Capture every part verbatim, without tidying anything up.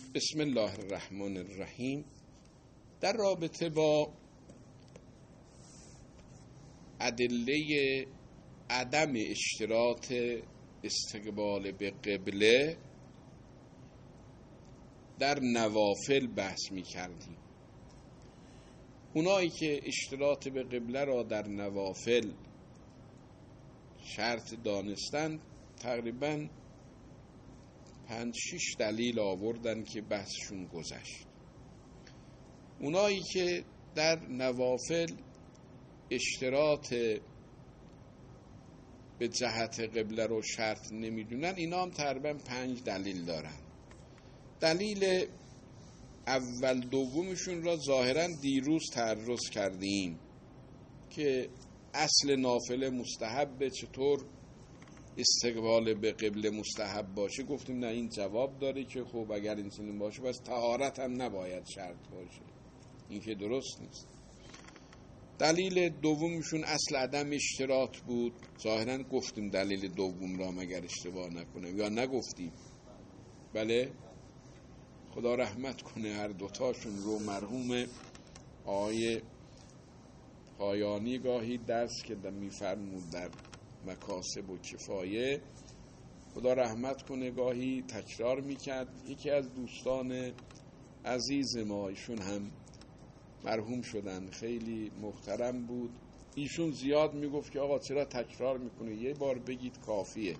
بسم الله الرحمن الرحیم. در رابطه با ادله عدم اشتراط استقبال به قبله در نوافل بحث می کردیم. اونایی که اشتراط به قبله را در نوافل شرط دانستند تقریباً پنج شش دلیل آوردن که بحثشون گذشت. اونایی که در نوافل اشتراط به جهت قبله رو شرط نمیدونن، اینا هم تقریبا پنج دلیل دارن. دلیل اول دومشون را ظاهرا دیروز تعرض کردیم که اصل نافله مستحبه، چطور استقبال به قبله مستحب باشه. گفتیم نه، این جواب داره که خب اگر این چنین باشه پس طهارت هم نباید شرط باشه، این که درست نیست. دلیل دومشون اصل عدم اشتراط بود. ظاهرا گفتیم دلیل دوم را مگر اشتباه نکنم، یا نگفتیم؟ بله، خدا رحمت کنه هر دوتاشون رو. مرحوم آقای پایانی گاهی درس که میفرمود در مکاسب و کفایه، خدا رحمت کنه، گاهی تکرار میکرد. یکی از دوستان عزیز ما، ایشون هم مرحوم شدن، خیلی محترم بود، ایشون زیاد میگفت که آقا چرا تکرار میکنه، یه بار بگید کافیه.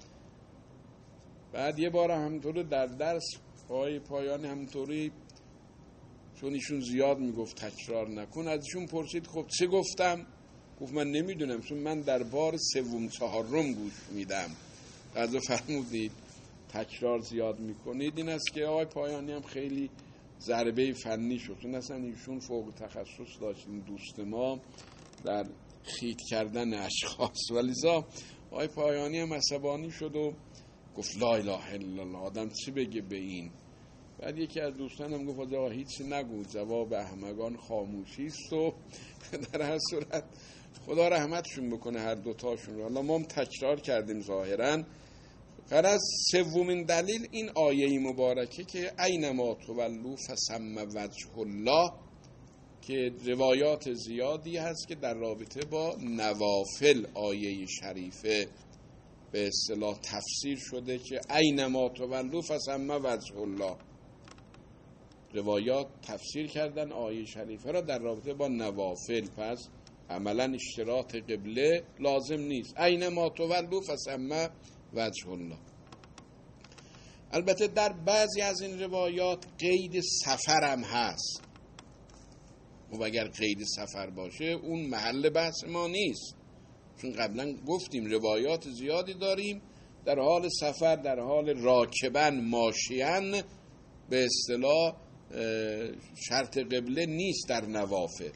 بعد یه بار همینطور در درس آقای پایانی همینطوری، چون ایشون زیاد میگفت تکرار نکن، از ایشون پرسید خب چه گفتم؟ گفت من نمیدونم، چون من در بار سوم چهارم گوش میدم. قضا فرمودید تکرار زیاد میکنید. این است که آقای پایانی هم خیلی ضربه فنی شد، چون اصلا ایشون فوق تخصص داشت، این دوست ما، در خیت کردن اشخاص. ولیزا آقای پایانی هم عصبانی شد و گفت لا اله الا الله، آدم چی بگه به این؟ بعد یکی از دوستانم گفت آقا هیچ نگو، جواب احمقان خاموشی است. و در هر صورت خدا رحمتشون بکنه هر دوتاشون رو. حالا ما هم تکرار کردیم ظاهرا. غرض سومین دلیل این آیه مبارکه که اینما تولوا فثم وجه الله، که روایات زیادی هست که در رابطه با نوافل آیه شریفه به اصطلاح تفسیر شده که اینما تولوا فثم وجه الله. روایات تفسیر کردن آیه شریفه را در رابطه با نوافل، پس عملا اشتراط قبله لازم نیست. اینما تولوا فثم وجه الله. البته در بعضی از این روایات قید سفر هم هست، و اگر قید سفر باشه اون محل بحث ما نیست، چون قبلا گفتیم روایات زیادی داریم در حال سفر، در حال راکبن ماشیان، به اصطلاح شرط قبله نیست در نوافل.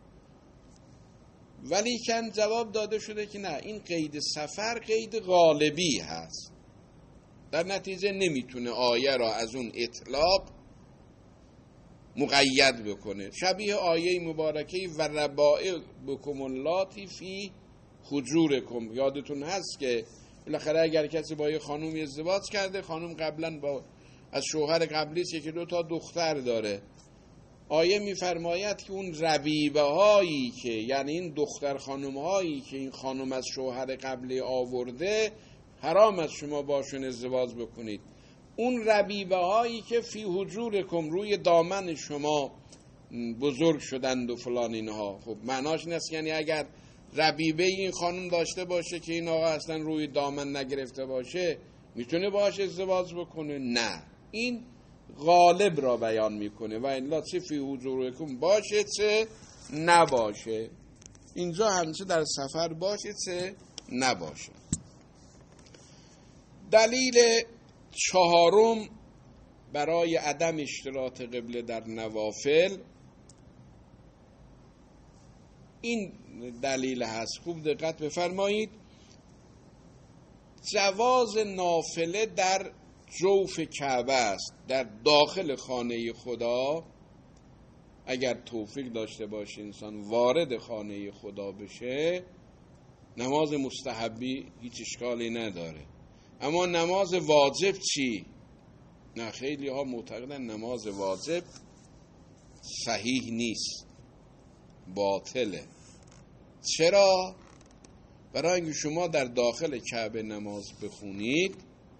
ولی کن جواب داده شده که نه، این قید سفر قید غالبی هست، در نتیجه نمیتونه آیه را از اون اطلاق مقید بکنه. شبیه آیه مبارکه و ربائبکم اللاتی فی حجورکم. یادتون هست که بالاخره اگر کسی با یه خانومی ازدواج کرده، خانوم قبلا با از شوهر قبلیش یکی دو تا دختر داره، آیه میفرماید که اون ربیبه هایی که، یعنی این دختر خانم هایی که این خانم از شوهر قبلی آورده، حرام از شما باشون ازدواج بکنید. اون ربیبه هایی که فی حجورکم، روی دامن شما بزرگ شدند و فلان اینها. خب معناش این است یعنی اگر ربیبه این خانم داشته باشه که این آقا اصلا روی دامن نگرفته باشه، میتونه باش ازدواج بکنه؟ نه، این غالب را بیان میکنه. و الا چه فی حجورکم باشه چه نباشه، اینجا همچه در سفر باشه چه نباشه. دلیل چهارم برای عدم اشتراط قبله در نوافل این دلیل هست، خوب دقت بفرمایید، جواز نافله در جوف کعبه است، در داخل خانه خدا. اگر توفیق داشته باشه انسان وارد خانه خدا بشه، نماز مستحبی هیچ اشکالی نداره. اما نماز واجب چی؟ نه، خیلی ها معتقدن نماز واجب صحیح نیست، باطله. چرا؟ برای اینکه شما در داخل کعبه نماز بخونید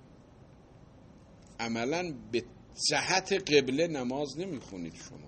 عملاً به جهت قبله نماز نمیخونید شما،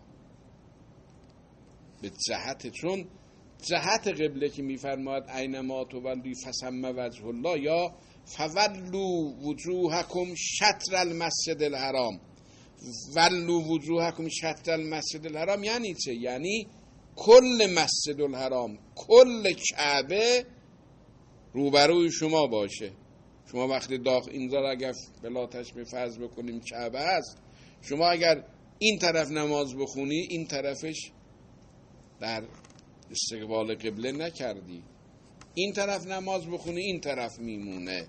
به جهت، چون جهت قبله که میفرماید اینما تولوا فثم وجه الله یا فولوا وجوهکم شطر المسجد الحرام، ولوا وجوهکم شطر المسجد الحرام یعنی چه؟ یعنی کل مسجد الحرام، کل کعبه روبروی شما باشه. شما وقتی داخل اینجا اگر بلا تشبیه فرض بکنیم کعبه هست، شما اگر این طرف نماز بخونی این طرفش در استقبال قبله نکردی، این طرف نماز بخونی این طرف میمونه.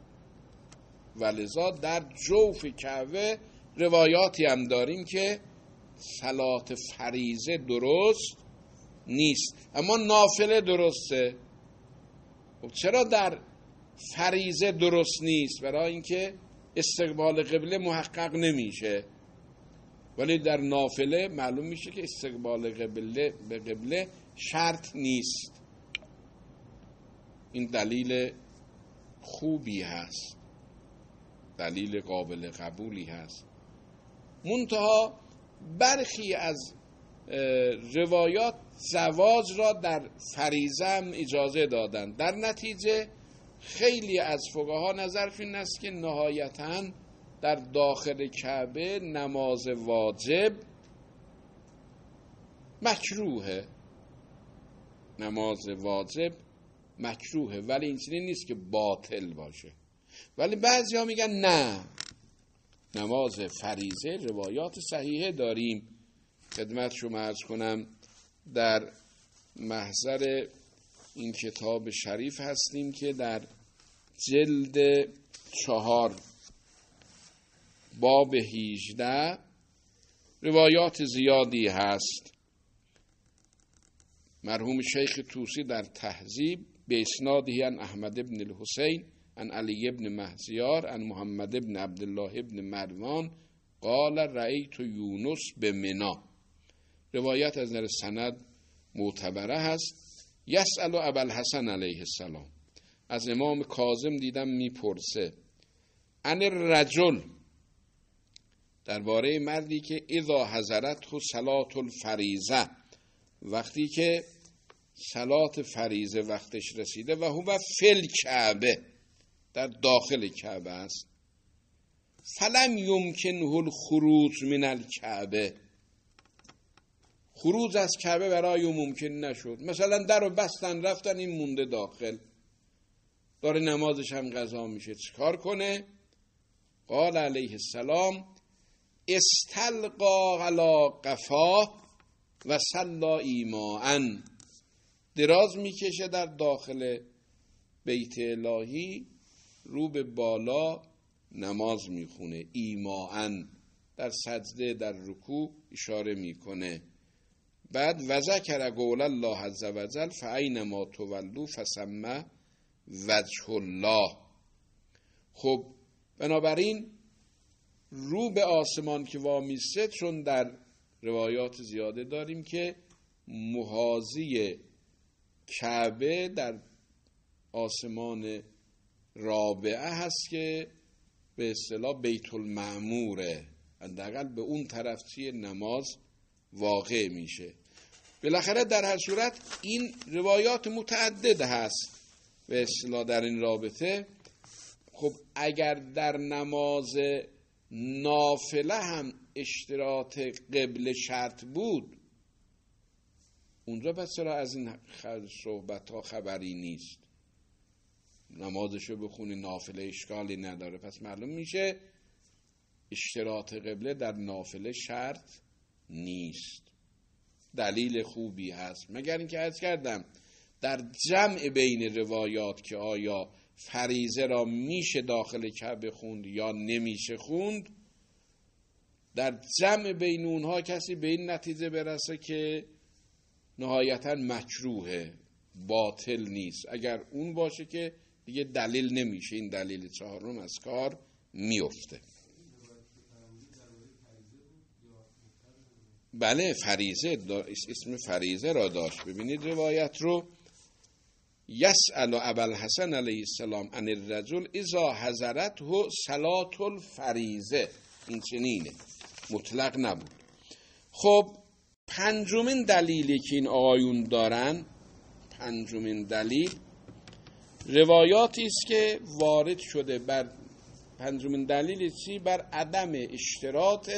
ولذا در جوف کعبه روایاتی هم داریم که صلات فریضه درست نیست اما نافله درسته. چرا در فریضه درست نیست؟ برای اینکه استقبال قبله محقق نمیشه، ولی در نافله معلوم میشه که استقبال قبله به قبله شرط نیست. این دلیل خوبی هست، دلیل قابل قبولی هست. منتها برخی از روایات زواج را در فریضه هم اجازه دادن. در نتیجه خیلی از فقها نظرشون این است که نهایتاً در داخل کعبه نماز واجب مکروهه، نماز واجب مکروهه، ولی این چیزی نیست که باطل باشه. ولی بعضی ها میگن نه، نماز فریضه روایات صحیحه داریم. خدمت شما عرض کنم در محضر این کتاب شریف هستیم که در جلد چهار باب هجده روایات زیادی هست. مرحوم شیخ طوسی در تهذیب به اسنادی عن احمد بن الحسین عن علی بن مهزیار عن محمد بن عبدالله بن مروان قال رأیت یونس به منا. روایت از نظر سند معتبره هست. یسأل ابوالحسن علیه السلام، از امام کاظم دیدم میپرسه عن الرجل، درباره مردی که اذا حضرته صلاة الفریضه، وقتی که صلات فریضه وقتش رسیده و هو فی الکعبه، در داخل کعبه است، فلم یمکنه الخروج من الکعبه، خروج از کعبه برای او ممکن نشد، مثلا در رو بستن رفتن این مونده داخل، داره نمازش هم قضا میشه، چیکار کنه؟ قال علیه السلام استلقا علی قفاه و صلا ایماءً، دراز میکشه در داخل بیت الهی، رو به بالا نماز میخونه، ایماءً، در سجده در رکوع اشاره میکنه. بعد و ذکر قول الله عز وجل فاینما تولوا فثم وجه الله. خب بنابراین رو به آسمان که وامیسته، چون در روایات زیاده داریم که محاذی کعبه در آسمان رابعه هست که به اصطلاح بیت المعموره، حداقل به اون طرف چیه نماز واقع میشه. بالاخره در هر صورت این روایات متعدد هست به اصطلاح در این رابطه. خب اگر در نماز نافله هم اشتراط قبل شرط بود، اونجا پس چرا از این صحبت ها خبری نیست؟ نمازشو بخونی نافله اشکالی نداره، پس معلوم میشه اشتراط قبله در نافله شرط نیست. دلیل خوبی هست، مگر اینکه عرض کردم در جمع بین روایات که آیا فریضه را میشه داخل کعبه خوند یا نمیشه خوند، در جمع بین اونها کسی به این نتیجه برسه که نهایتا مکروهه، باطل نیست. اگر اون باشه که دیگه دلیل نمیشه، این دلیل چهارم از کار میفته. بله فریضه اسم فریضه را داشت. ببینید روایت رو، یسأل ابوالحسن علیه السلام عن الرجل اذا حضرته صلاة الفریضه، این چنینه، مطلق نبود. خب پنجمین دلیلی که این آقایون دارن، پنجمین دلیل روایاتی است که وارد شده بر پنجمین دلیل چی؟ بر عدم اشتراط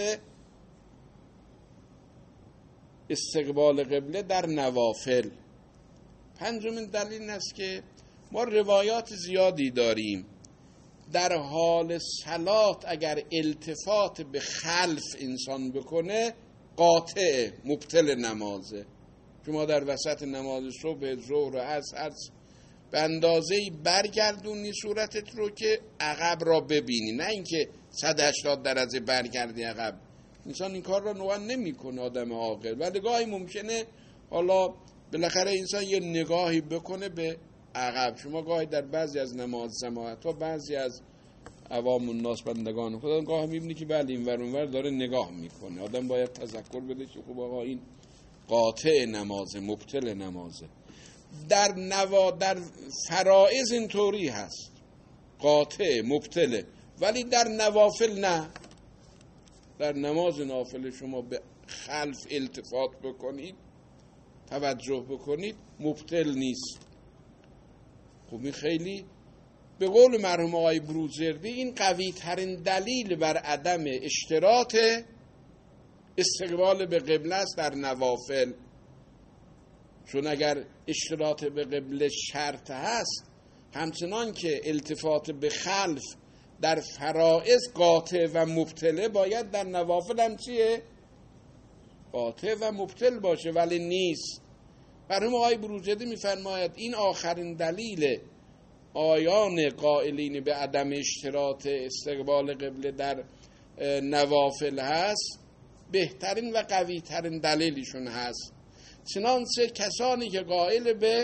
استقبال قبله در نوافل. پنجمین دلیل این است که ما روایات زیادی داریم در حال صلات اگر التفات به خلف انسان بکنه قاطع مبطل نمازه. شما در وسط نماز صبح، ظهر، عصر هر به اندازه‌ای برگردونی صورتت رو که عقب را ببینی، نه اینکه صد و هشتاد درجه برگردی عقب. انسان این کار را نوعا نمی‌کنه آدم عاقل، ولی گاهی ممکنه حالا بالاخره انسان یه نگاهی بکنه به عقب. شما گاهی در بعضی از نماز جماعت‌ها بعضی از عوام الناس بندگان خدا گاهی می‌بینی که بله این ور اون ور داره نگاه می‌کنه. آدم باید تذکر بده که خب آقا این قاطع نمازه، مبطل نمازه. در نوا در فرائض اینطوری هست، قاطع مبطله، ولی در نوافل نه. در نماز نافله شما به خلف التفات بکنید، توجه بکنید، مبطل نیست. خب این خیلی به قول مرحوم آقای بروجردی این قوی ترین دلیل بر عدم اشتراط استقبال به قبله است در نوافل. چون اگر اشتراط به قبله شرط هست، همچنان که التفات به خلف در فرائض قاطع و مبطله، باید در نوافل هم چیه؟ قاطع و مبطل باشه، ولی نیست. مرحوم آقای بروجردی میفرماید این آخرین دلیل آیان قائلین به عدم اشتراط استقبال قبله در نوافل هست، بهترین و قوی ترین دلیلشون هست. چنانچه کسانی که قائل به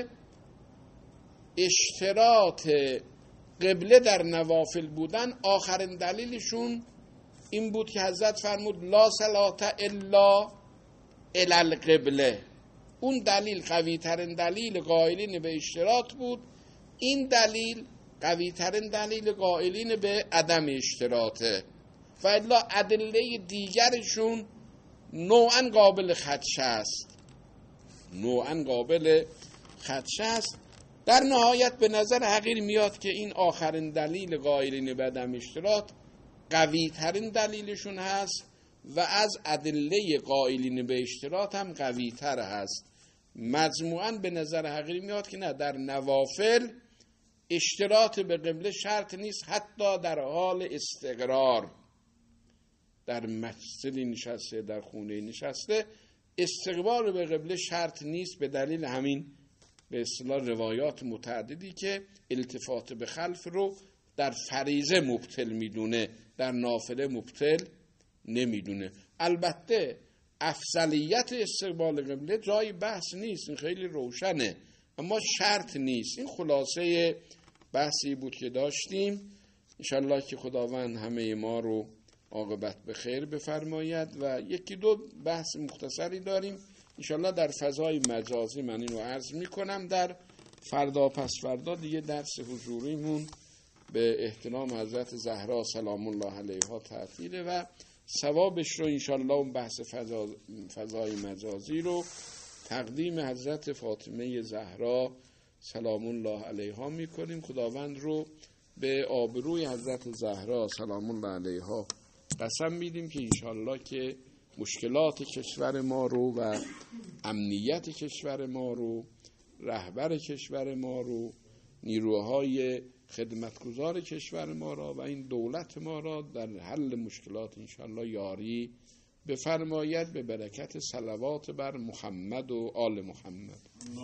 اشتراط قبله در نوافل بودن، آخرین دلیلشون این بود که حضرت فرمود لا صلاة الا الی القبله. اون دلیل قوی ترین دلیل قائلین به اشتراط بود، این دلیل قوی ترین دلیل قائلین به عدم اشتراطه. و الا ادله دیگرشون نوعا قابل خدشه است، نوعا قابل خدشه است. در نهایت به نظر حقیر میاد که این آخرین دلیل قائلین به عدم اشتراط قوی ترین دلیلشون هست و از ادله قائلین به اشتراط هم قوی تر هست. مجموعاً به نظر حقیر میاد که نه، در نوافل اشتراط به قبله شرط نیست، حتی در حال استقرار، در مسجدی نشسته، در خونه نشسته، استقبال به قبله شرط نیست، به دلیل همین به اصطلاح روایات متعددی که التفات به خلف رو در فریضه مبطل میدونه، در نافله مبطل نمیدونه. البته افضلیت استقبال قبله جای بحث نیست، این خیلی روشنه، اما شرط نیست. این خلاصه بحثی بود که داشتیم. انشالله که خداوند همه ما رو عاقبت به خیر بفرماید. و یکی دو بحث مختصری داریم انشالله در فضای مجازی، من اینو عرض میکنم. در فردا پس فردا دیگه درس حضوریمون به احترام حضرت زهرا سلام الله علیها تعطیله و ثوابش رو انشالله اون بحث فضا فضای مجازی رو تقدیم حضرت فاطمه زهرا سلام الله علیها میکنیم. خداوند رو به آبروی حضرت زهرا سلام الله علیها قسم میدیم که انشالله که مشکلات کشور ما رو و امنیت کشور ما رو، رهبر کشور ما رو، نیروهای خدمتگزار کشور ما را و این دولت ما را در حل مشکلات انشالله یاری بفرماید به برکت صلوات بر محمد و آل محمد.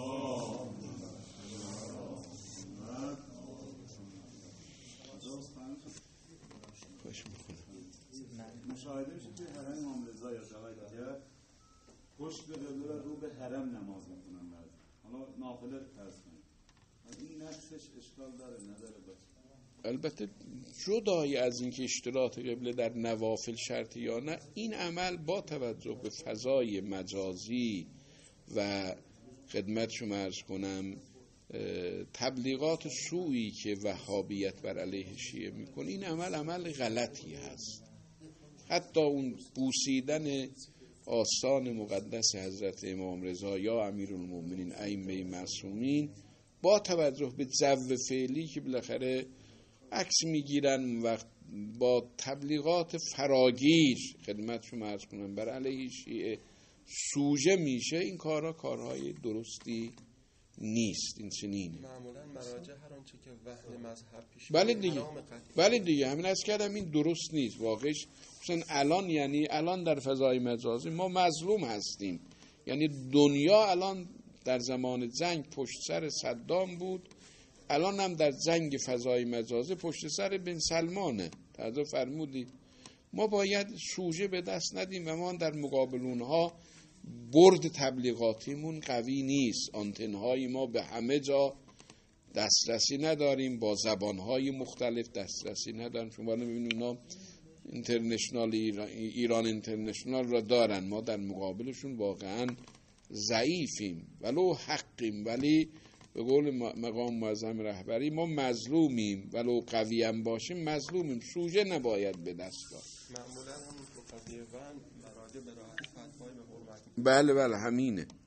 خوش میکنم. مشاهده میشه که حرم امام رضا یا جوای دیگر پشت به قبله رو به حرم نماز میکنن. بعد حالا نافله فرض کنید، این نقصش اشکال داره نداره؟ باشه البته جدای از اینکه اشتراط قبله در نوافل شرطی یا نه، این عمل با توجه به فضای مجازی و خدمت شما عرض کنم تبلیغات سوئی که وهابیت بر علیه شیعه میکنه، این عمل عمل غلطی هست. حتی اون بوسیدن آستان مقدس حضرت امام رضا یا امیرالمومنین ائمه معصومین با توجه به جو فعلی که بالاخره عکس میگیرن وقت با تبلیغات فراگیر خدمت شما عرض کنم بر علیه شیعه سوژه میشه، این کارها کارهای درستی نیست. این چنینه. معمولا مراجع هر آنچه که وحی مذهب پیش بله دیگه بله دیگه همین از کردم این درست نیست واقعش. مثلا الان یعنی الان در فضای مجازی ما مظلوم هستیم، یعنی دنیا الان در زمان جنگ پشت سر صدام بود، الان هم در جنگ فضای مجازی پشت سر بن سلمانه. توجه فرمودید؟ ما باید سوژه به دست ندیم و ما در مقابل اونها برد تبلیغاتیمون قوی نیست. آنتنهای ما به همه جا دسترسی نداریم، با زبانهای مختلف دسترسی نداریم. شما ببینید اونا اینترنشنال ایران, ایران اینترنشنال را دارن، ما در مقابلشون واقعا ضعیفیم ولو حقیم، ولی به قول مقام معظم رهبری ما مظلومیم، ولو قوی هم باشیم مظلومیم. سوژه نباید به دست داد. معمولا هم مقدمه مراجع به راحتی فتوای به حرمت. بله بله همینه.